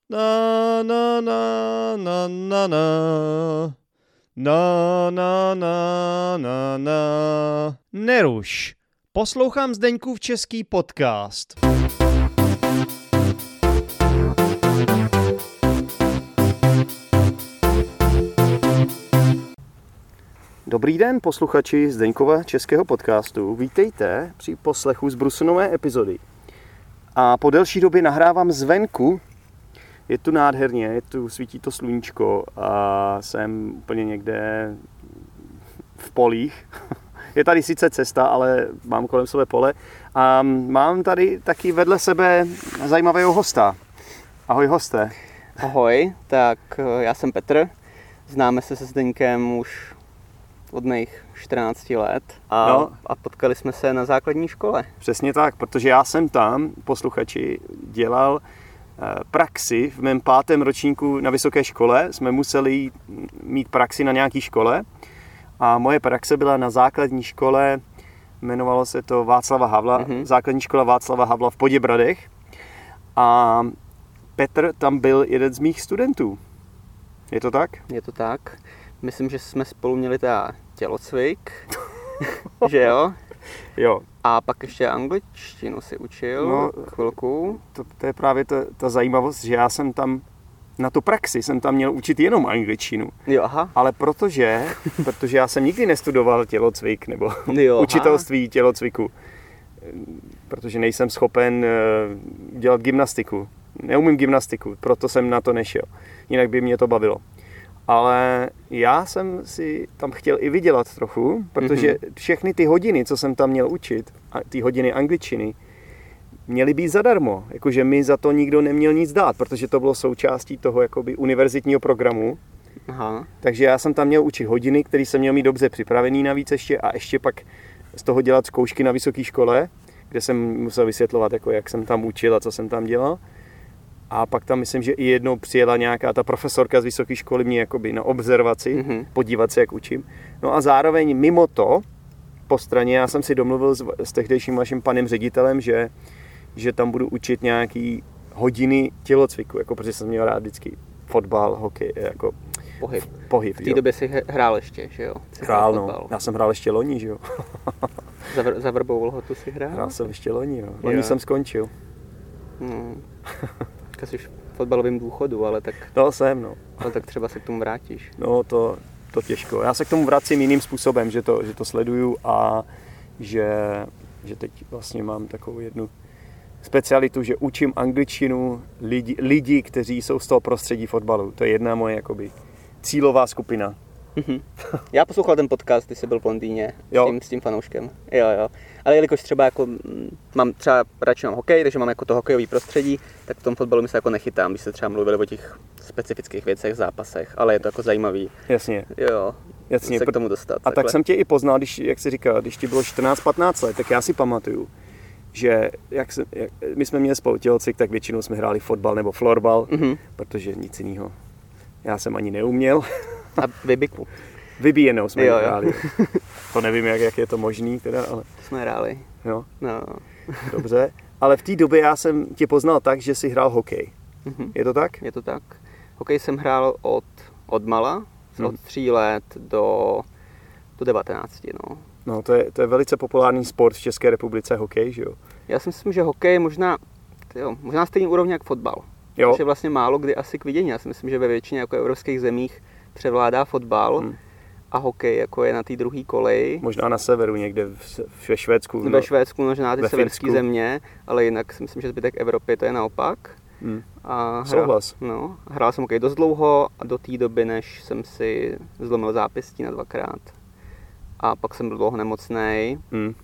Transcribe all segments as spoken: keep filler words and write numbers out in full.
Na, na, na, na, na, na. Na, na, na, na, na. Neruš. Poslouchám Zdeňkův český podcast. Dobrý den, posluchači Zdeňkova českého podcastu. Vítejte při poslechu z Brusunové epizody. A po delší době nahrávám zvenku. Je tu nádherně, je tu, svítí to sluníčko a jsem úplně někde v polích. Je tady sice cesta, ale mám kolem sebe pole. A mám tady taky vedle sebe zajímavého hosta. Ahoj hoste. Ahoj, tak já jsem Petr. Známe se se Zdeňkem už od mých čtrnácti let a, no. a potkali jsme se na základní škole. Přesně tak, protože já jsem tam, posluchači, dělal praxi v mém pátém ročníku na vysoké škole. Jsme museli mít praxi na nějaké škole a moje praxe byla na základní škole, jmenovalo se to Václava Havla, mm-hmm. základní škola Václava Havla v Poděbradech a Petr tam byl jeden z mých studentů. Je to tak? Je to tak. Myslím, že jsme spolu měli teda tělocvik, že jo? Jo. A pak ještě angličtinu si učil no, chvilku. To, to je právě ta, ta zajímavost, že já jsem tam na tu praxi jsem tam měl učit jenom angličtinu. Jo, aha. Ale protože, protože já jsem nikdy nestudoval tělocvik nebo jo, učitelství tělocviku, protože nejsem schopen dělat gymnastiku. Neumím gymnastiku, proto jsem na to nešel. Jinak by mě to bavilo. Ale já jsem si tam chtěl i vydělat trochu, protože mm-hmm. všechny ty hodiny, co jsem tam měl učit, ty hodiny angličtiny, měly být zadarmo. Jakože mi za to nikdo neměl nic dát, protože to bylo součástí toho jakoby univerzitního programu. Aha. Takže já jsem tam měl učit hodiny, které jsem měl mít dobře připravený navíc ještě a ještě pak z toho dělat zkoušky na vysoké škole, kde jsem musel vysvětlovat, jako jak jsem tam učil a co jsem tam dělal. A pak tam myslím, že i jednou přijela nějaká ta profesorka z vysoké školy mě jakoby na observaci, mm-hmm. podívat se, jak učím. No a zároveň mimo to, po straně, já jsem si domluvil s, s tehdejším vaším panem ředitelem, že, že tam budu učit nějaký hodiny tělocviku, jako protože jsem měl rád vždycky fotbal, hokej, jako pohyb. pohyb v té době si hrál ještě, že jo? Jsi hrál, no. Já jsem hrál ještě loni, že jo? za, vr- za Vrbou Lhotu si hrál? Hrál jsem ještě loni, jo. Loni jo. jsem skončil. Hmm. Jsi v fotbalovém důchodu, ale tak... No jsem, no. Ale tak třeba se k tomu vrátíš. No to, to těžko. Já se k tomu vracím jiným způsobem, že to, že to sleduju a že, že teď vlastně mám takovou jednu specialitu, že učím angličtinu lidi, lidi, kteří jsou z toho prostředí fotbalu. To je jedna moje jakoby cílová skupina. Mm-hmm. Já poslouchal ten podcast, když jsi byl v Londýně s tím, s tím fanouškem. Jo, jo. Ale jelikož třeba jako mám třeba radši mám hokej, takže mám jako to hokejový prostředí, tak v tom fotbalu mi se jako nechytám, když se třeba mluvili o těch specifických věcech, zápasech, ale je to jako zajímavý. Jasně. Jo. Jasně. Se k tomu dostat. A takhle. Tak jsem tě i poznal, když, jak jsi říkal, když ti bylo čtrnáct patnáct let, tak já si pamatuju, že jak se, jak, my jsme měli spolu tělocvik, tak většinou jsme hráli fotbal nebo florbal, mm-hmm. protože nic jiného já jsem ani neuměl. A vybiku. Vybíjenou jsme jo, hráli. Jo. To nevím, jak, jak je to možný teda, ale... Jsme hráli. Jo. No. Dobře. Ale v té době já jsem tě poznal tak, že jsi hrál hokej. Mm-hmm. Je to tak? Je to tak. Hokej jsem hrál od, od mala, mm. od tří let do, do devatenácti, no. No, to je, to je velice populární sport v České republice, hokej, že jo? Já si myslím, že hokej je možná, jo, možná stejný úrovně jak fotbal. Jo. Což je vlastně málo kdy asi k vidění. Já si myslím, že ve většině jako evropských zemích převládá fotbal hmm. a hokej jako je na té druhé koleji. Možná na severu někde ve Švédsku. Ve no, Švédsku, možná ty severské země, ale jinak si myslím, že zbytek Evropy to je naopak. Hmm. A hra, Souhlas. No, hrál jsem hokej dost dlouho a do té doby, než jsem si zlomil zápěstí na dvakrát. A pak jsem byl dlouho nemocnej hmm.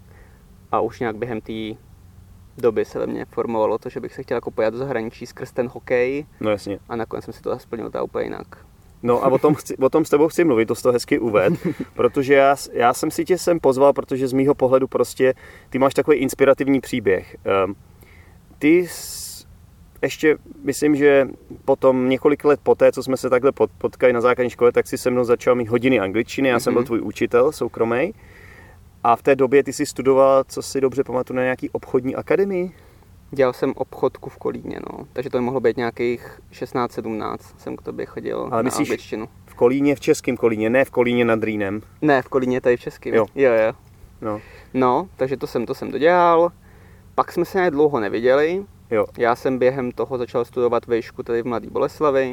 a už nějak během té doby se ve mně formovalo to, že bych se chtěl jako pojat do zahraničí skrz ten hokej. No jasně. A nakonec jsem si to splnil ta úplně jinak. No a o tom, chci, o tom s tebou chci mluvit, to jsi to hezky uved, protože já, já jsem si tě sem pozval, protože z mýho pohledu prostě ty máš takový inspirativní příběh. Um, ty s, ještě myslím, že potom několik let poté, co jsme se takhle potkali na základní škole, tak si se mnou začal mít hodiny angličtiny, já mm-hmm. jsem byl tvůj učitel soukromý. A v té době ty jsi studoval, co si dobře pamatuju, na nějaký obchodní akademii? Dělal jsem obchodku v Kolíně, no. Takže to by mohlo být nějakých šestnáct sedmnáct, jsem k tobě chodil. Ale na myslíš angličtinu. V Kolíně, v českém Kolíně, ne v Kolíně nad Rýnem? Ne, v Kolíně, tady v českém. Jo. Jo, jo. No. No, takže to jsem, to jsem dodělal. Pak jsme se nějak dlouho neviděli. Jo. Já jsem během toho začal studovat vejšku tady v Mladé Boleslavi.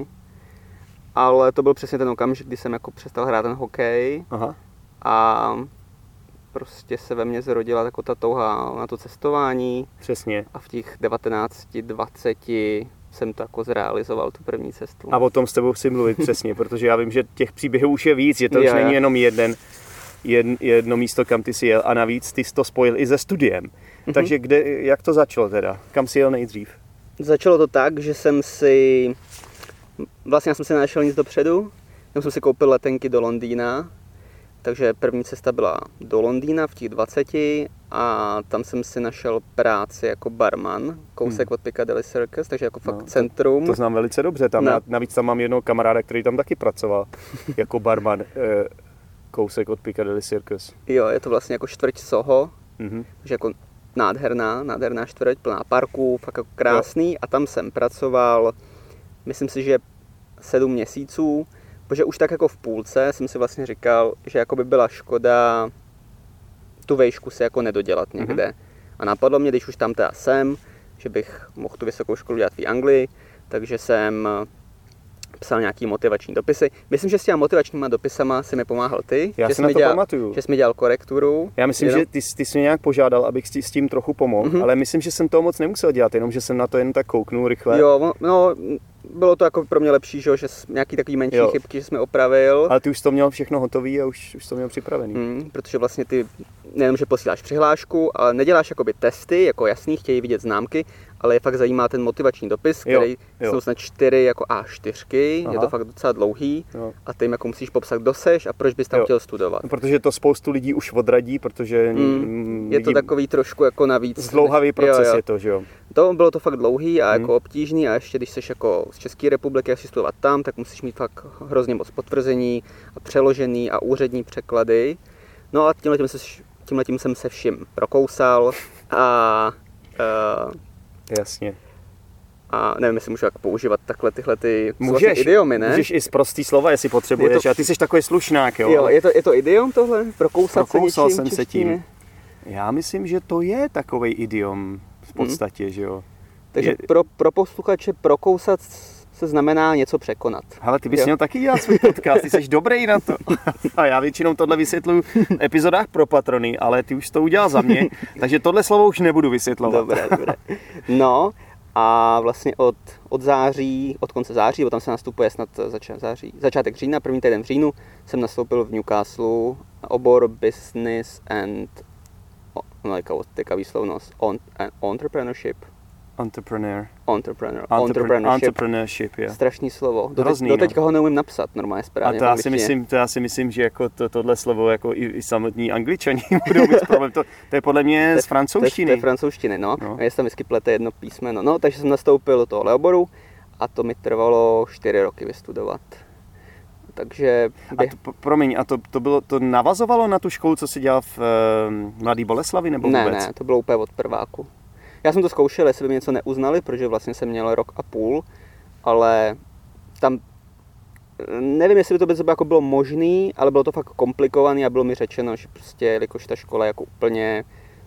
Ale to byl přesně ten okamžik, kdy jsem jako přestal hrát ten hokej. Aha. A prostě se ve mně zrodila jako ta touha na to cestování. Přesně. A v těch devatenácti, dvaceti jsem to jako zrealizoval, tu první cestu. A o tom s tebou chci mluvit přesně, protože já vím, že těch příběhů už je víc, že to je, už není je. jenom jeden, jedno, jedno místo, kam ty jsi jel a navíc ty jsi to spojil i se studiem. Mm-hmm. Takže kde, jak to začalo teda? Kam jsi jel nejdřív? Začalo to tak, že jsem si, vlastně já jsem si nenašel nic dopředu, já jsem si koupil letenky do Londýna, takže první cesta byla do Londýna v těch dvaceti a tam jsem si našel práci jako barman, kousek hmm. od Piccadilly Circus, takže jako fakt no, centrum. To, to znám velice dobře, tam no. já, navíc tam mám jednoho kamaráda, který tam taky pracoval jako barman, eh, kousek od Piccadilly Circus. Jo, je to vlastně jako čtvrť Soho, Mm-hmm. takže jako nádherná, nádherná čtvrť, plná parků, fakt jako krásný jo. A tam jsem pracoval, myslím si, že sedm měsíců, protože už tak jako v půlce jsem si vlastně říkal, že jako by byla škoda tu vejšku si jako nedodělat někde. Mm-hmm. A napadlo mě, když už tam teda jsem, že bych mohl tu vysokou školu dělat v Anglii, takže jsem psal nějaký motivační dopisy. Myslím, že s těma motivačníma dopisama si mi pomáhal ty. Já že si na to dělal, pamatuju. Že jsi mi dělal korekturu. Já myslím, jenom... že ty, ty jsi mě nějak požádal, abych s tím trochu pomohl, mm-hmm. ale myslím, že jsem toho moc nemusel dělat, jenom že jsem na to jen tak kouknul rychle. Jo, no, bylo to jako pro mě lepší, že, že nějaký takový menší jo. chybky, že jsme opravil. Ale ty už to měl všechno hotový a už, už to měl připravený. Hmm, protože vlastně ty nejenom, že posíláš přihlášku, ale neděláš jakoby testy, jako jasný, chtějí vidět známky, ale je fakt zajímá ten motivační dopis, který jo, jo. jsou snad čtyři jako á čtyři, Aha. je to fakt docela dlouhý jo. a ty jim jako musíš popsat, kdo seš a proč bys tam jo. chtěl studovat. No, protože to spoustu lidí už odradí, protože hmm, je to takový trošku jako navíc. Zdlouhavý proces jo, jo. je to, že jo. To bylo to fakt dlouhý a hmm. jako obtížný a ještě když seš jako z České republiky a chceš studovat tam, tak musíš mít fakt hrozně moc potvrzení a přeložený a úřední překlady. No a tímhletím, se, tímhletím jsem se vším prokousal a... Uh, Jasně. A nevím, jestli můžu jak používat takhle tyhle ty můžeš, idiomy, ne? Můžeš i z prostý slova, jestli potřebuješ. To... A ty jsi takový slušnák, jo? Jo, je to, je to idiom tohle? Prokousat Prokousal se něčím, jsem se tím. Já myslím, že to je takovej idiom v podstatě, hmm. že jo? Takže je... pro, pro posluchače prokousat se znamená něco překonat. Ale ty bys jo. měl taky dělat svůj podcast, ty jsi dobrý na to. A já většinou tohle vysvětluji v epizodách pro patrony, ale ty už to udělal za mě, takže tohle slovo už nebudu vysvětlovat. Dobré, dobré. No a vlastně od, od září, od konce září, bo tam se nastupuje snad zača, září, začátek října, první týden v říjnu, jsem nastoupil v Newcastle obor Business and, no jaká teďka výslovnost, on, entrepreneurship. Entrepreneur. Entrepreneur. Entrepreneur. Entrepreneurship. Entrepreneurship, je. Strašný slovo. Do, Hrozný, do teďka ho neumím napsat normálně správně. A to já si myslím, to já si myslím, že jako to, tohle slovo jako i, i samotní Angličani budou mít problém. To, to je podle mě to, z francouzštiny. To je, to je francouzštiny, no. no. A jestli tam vždycky plete jedno písmeno. No, takže jsem nastoupil do tohohle oboru a to mi trvalo čtyři roky vystudovat. Takže... Běh... A to, promiň, a to, to, bylo, to navazovalo na tu školu, co jsi dělal v uh, Mladé Boleslavi, nebo ne, vůbec? Ne, ne, to bylo úplně od prváku. Já jsem to zkoušel, jestli by mi něco neuznali, protože vlastně jsem měl rok a půl, ale tam nevím, jestli by to by jako bylo možný, ale bylo to fakt komplikovaný a bylo mi řečeno, že prostě, jelikož ta škola je jako úplně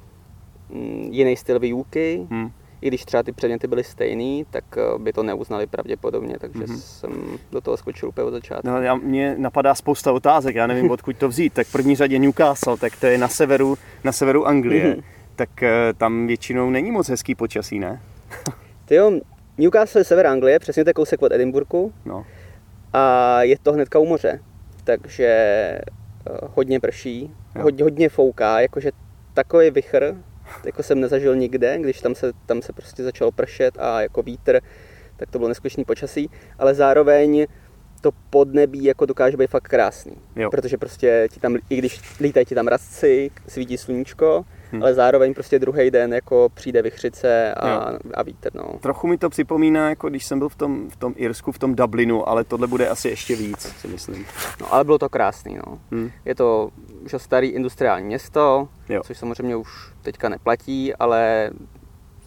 jiný styl výuky, hmm. i když třeba ty předměty byly stejný, tak by to neuznali pravděpodobně, takže hmm. jsem do toho skočil úplně od začátku. No, já, mě napadá spousta otázek, já nevím, odkud to vzít. Tak v první řadě Newcastle, tak to je na severu, na severu Anglie. Hmm. Tak tam většinou není moc hezký počasí, ne? Ty jo, Newcastle je sever Anglie, přesně to kousek od Edinburghu. No. A je to hnedka u moře, takže hodně prší, hodně, hodně fouká, jakože takový vichr, jako jsem nezažil nikde, když tam se, tam se prostě začalo pršet a jako vítr, tak to bylo neskutečný počasí, ale zároveň to podnebí jako dokáže být fakt krásný, jo. Protože prostě ti tam, i když lítají ti tam mrazci, svítí sluníčko, hmm. ale zároveň prostě druhý den jako přijde vichřice a, a vítr, no. Trochu mi to připomíná, jako když jsem byl v tom, v tom Irsku, v tom Dublinu, ale tohle bude asi ještě víc, si myslím. No, ale bylo to krásný, no. Hmm. Je to už starý industriální město, jo. Což samozřejmě už teďka neplatí, ale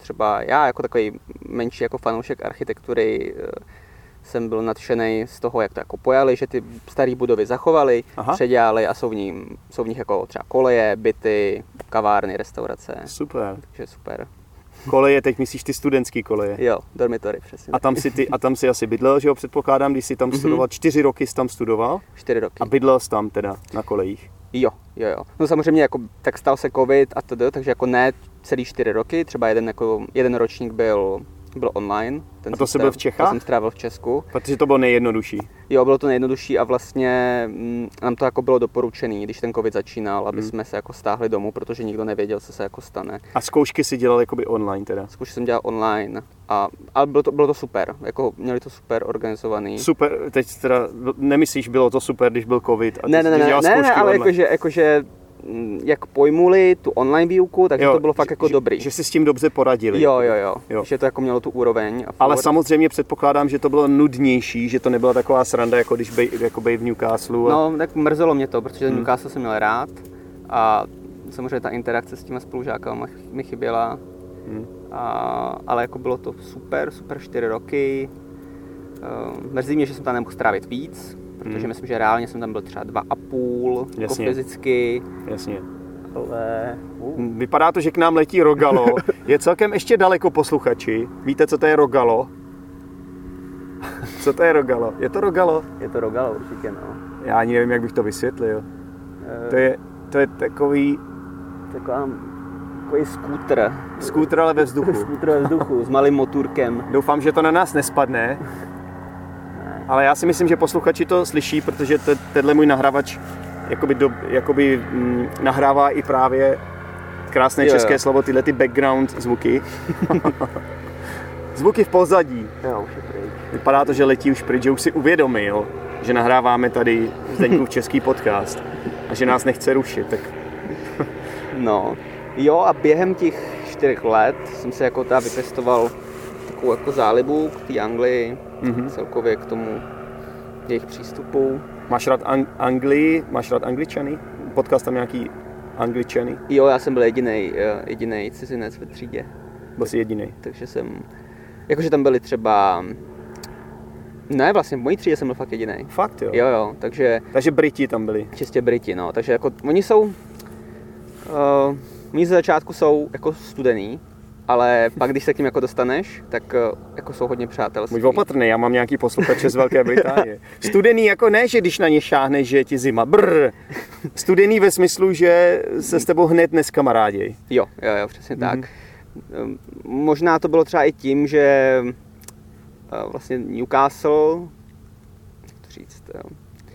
třeba já jako takový menší jako fanoušek architektury jsem byl nadšený z toho, jak to jako pojali, že ty staré budovy zachovali, Aha. předělali a jsou v, ní, jsou v nich jako třeba koleje, byty, kavárny, restaurace. Super. Takže super. Koleje, teď myslíš ty studentský koleje? Jo, dormitory, přesně. A tam si, ty, a tam si asi bydlel, že jo, předpokládám, když jsi tam mm-hmm. studoval, čtyři roky jsi tam studoval? Čtyři roky. A bydlel jsi tam teda na kolejích? Jo, jo, jo. No samozřejmě jako, tak stal se covid a tedy, takže jako ne celý čtyři roky, třeba jeden, jako, jeden ročník byl, byl online. Ten a to jsi byl v Čechách? To jsem strávil v Česku. Protože to bylo nejjednodušší. Jo, bylo to nejjednodušší a vlastně m, nám to jako bylo doporučené, když ten covid začínal, aby hmm. jsme se jako stáhli domů, protože nikdo nevěděl, co se jako stane. A zkoušky si dělal jakoby online teda? Zkoušky jsem dělal online, a, ale bylo to, bylo to super, jako měli to super organizovaný. Super, teď teda nemyslíš, bylo to super, když byl covid a ty ne, ne, ne, ne, ne, ale jakože, jakože jak pojmuli tu online výuku, takže jo, to bylo fakt jako že, dobrý. Že si s tím dobře poradili. Jo, jo, jo, jo. Že to jako mělo tu úroveň. A ale samozřejmě předpokládám, že to bylo nudnější, že to nebyla taková sranda, jako když bej, jako bej v Newcastle. A... No, tak mrzelo mě to, protože hmm. Newcastle jsem měl rád a samozřejmě ta interakce s těma spolužákama mi chyběla. Hmm. A, ale jako bylo to super, super čtyři roky. Uh, mrzí mě, že jsem tam nemohl strávit víc, protože hmm. myslím, že reálně jsem tam byl třeba dva a půl, jako fyzicky. Jasně. Ale... Uh. Vypadá to, že k nám letí Rogalo. Je celkem ještě daleko, posluchači. Víte, co to je Rogalo? Co to je Rogalo? Je to Rogalo? Je to Rogalo, určitě, no. Já ani nevím, jak bych to vysvětlil. Uh. To je, to je takový... Taková... Takový skútr. Skútr, ale ve vzduchu. Skútr ve vzduchu, s malým motůrkem. Doufám, že to na nás nespadne. Ale já si myslím, že posluchači to slyší, protože te, tenhle můj nahrávač jakoby, do, jakoby mm, nahrává i právě krásné jo, české jo. slovo, tyhle ty background zvuky. Zvuky v pozadí. Jo, už je pryč. Vypadá to, že letí už pryč, že už si uvědomil, že nahráváme tady Zdeňkův český podcast a že nás nechce rušit. Tak... no, jo a během těch čtyřech let jsem se jako ta vypěstoval takovou jako zálibu k té Anglii, mm-hmm. celkově k tomu jejich přístupu. Máš rád Ang- Anglii? Máš rád Angličany? Podcast tam nějaký Angličany? Jo, já jsem byl jedinej, jedinej cizinec ve třídě. Byl jsi jedinej? Takže jsem, jakože tam byli třeba, ne vlastně v mojí třídě jsem byl fakt jedinej. Fakt jo? Jo, jo, takže... Takže Briti tam byli? Čistě Briti, no, takže jako oni jsou, uh, oni ze začátku jsou jako studený, ale pak, když se k tím jako dostaneš, tak jako jsou hodně přátelství. Buď opatrný, já mám nějaký posluchače z Velké Británie. Studený jako ne, že když na ně šáhneš, že je ti zima. Brr. Studený ve smyslu, že se s tebou hned neskamaráděj. Jo, jo, jo, přesně mm-hmm. tak. Možná to bylo třeba i tím, že vlastně Newcastle, jak to říct, jo.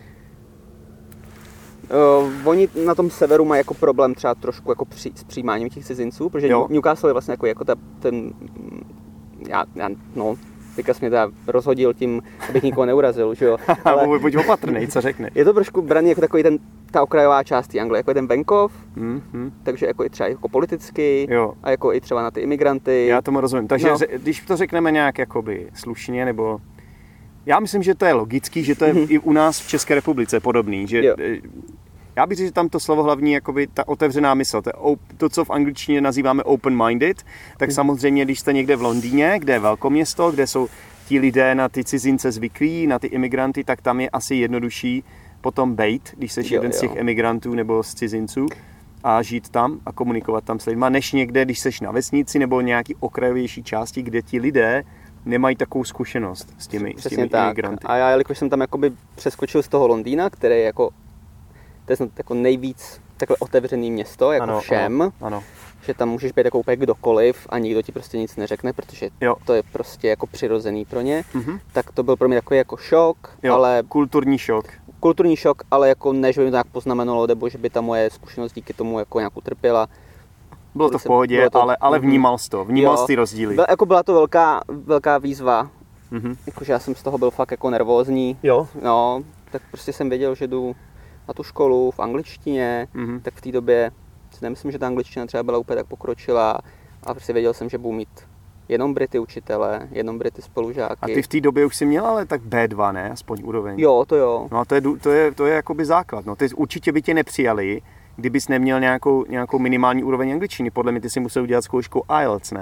Uh, oni na tom severu mají jako problém třeba trošku jako při, s přijímáním těch cizinců, protože jo. Newcastle je vlastně jako, jako ta, ten, já, já, no, teďka jsi mě teda rozhodil tím, abych nikoho neurazil, že jo. Ale buď opatrnej, co řekne. Je to trošku braný jako takový ten, ta okrajová část té Anglie, jako je ten venkov, mm-hmm. takže jako i třeba jako politicky jo. a jako i třeba na ty imigranty. Já tomu rozumím, takže no. když to řekneme nějak jakoby slušně, nebo... Já myslím, že to je logický, že to je i u nás v České republice podobný, že jo. Já bych řekl, že tam to slovo hlavní, jakoby ta otevřená mysl, to, to, co v angličtině nazýváme open-minded, tak samozřejmě, když jste někde v Londýně, kde je velkoměsto, kde jsou ti lidé na ty cizince zvyklí, na ty imigranty, tak tam je asi jednodušší potom bejt, když jsi jeden z těch emigrantů nebo z cizinců a žít tam a komunikovat tam s lidma, než někde, když jsi na vesnici nebo nějaký okrajovější části, kde ti lidé nemají takovou zkušenost s těmi, s těmi imigranty. A já, jelikož jsem tam jakoby přeskočil z toho Londýna, který je jako, to je jako nejvíc takhle otevřený město, jako ano, všem, ano, ano. že tam můžeš být jako úplně kdokoliv a nikdo ti prostě nic neřekne, protože jo. to je prostě jako přirozený pro ně, mm-hmm. tak to byl pro mě takový jako šok, jo, ale... kulturní šok. Kulturní šok, ale jako ne, že by to nějak poznamenalo, nebo že by ta moje zkušenost díky tomu jako nějak utrpěla. Bylo to v pohodě, to, ale, ale vnímal jsi to, vnímal jsi ty rozdíly. Byla, jako byla to velká, velká výzva, mm-hmm. jakože já jsem z toho byl fakt jako nervózní, jo. no, tak prostě jsem věděl, že jdu na tu školu v angličtině, mm-hmm. tak v té době si nemyslím, že ta angličtina třeba byla úplně tak pokročilá a prostě věděl jsem, že budu mít jenom Brity učitele, jenom Brity spolužáky. A ty v té době už jsi měl ale tak bé dva, ne? Aspoň úroveň. Jo, to jo. No a to je, to je, to je jakoby základ, no. Ty určitě by tě nepřijali, kdybys neměl nějakou, nějakou minimální úroveň angličtiny. Podle mě ty si musel udělat zkoušku I E L T S, ne?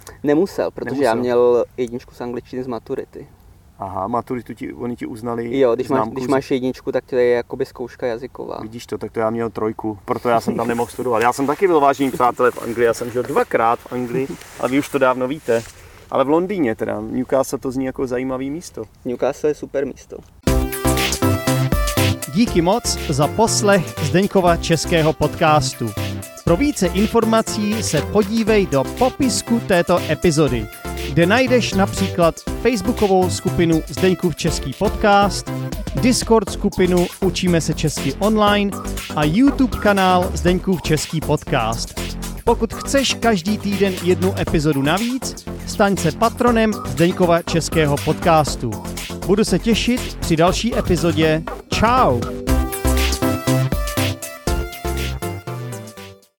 Nemusel, protože Nemusel. já měl jedničku z angličtiny z maturity. Aha, maturitu ti, oni ti uznali. Jo, když máš, když máš jedničku, tak to je jakoby zkouška jazyková. Vidíš to, tak to já měl trojku, proto já jsem tam nemohl studovat. Já jsem taky byl, vážení přátelé, v Anglii, já jsem žil dvakrát v Anglii, ale vy už to dávno víte. Ale v Londýně teda, Newcastle to zní jako zajímavý místo. Newcastle je super místo. Díky moc za poslech Zdeňkova českého podcastu. Pro více informací se podívej do popisku této epizody, kde najdeš například facebookovou skupinu Zdeňkův český podcast, Discord skupinu Učíme se česky online a YouTube kanál Zdeňkův český podcast. Pokud chceš každý týden jednu epizodu navíc, staň se patronem Zdeňkova českého podcastu. Budu se těšit při další epizodě. Čau!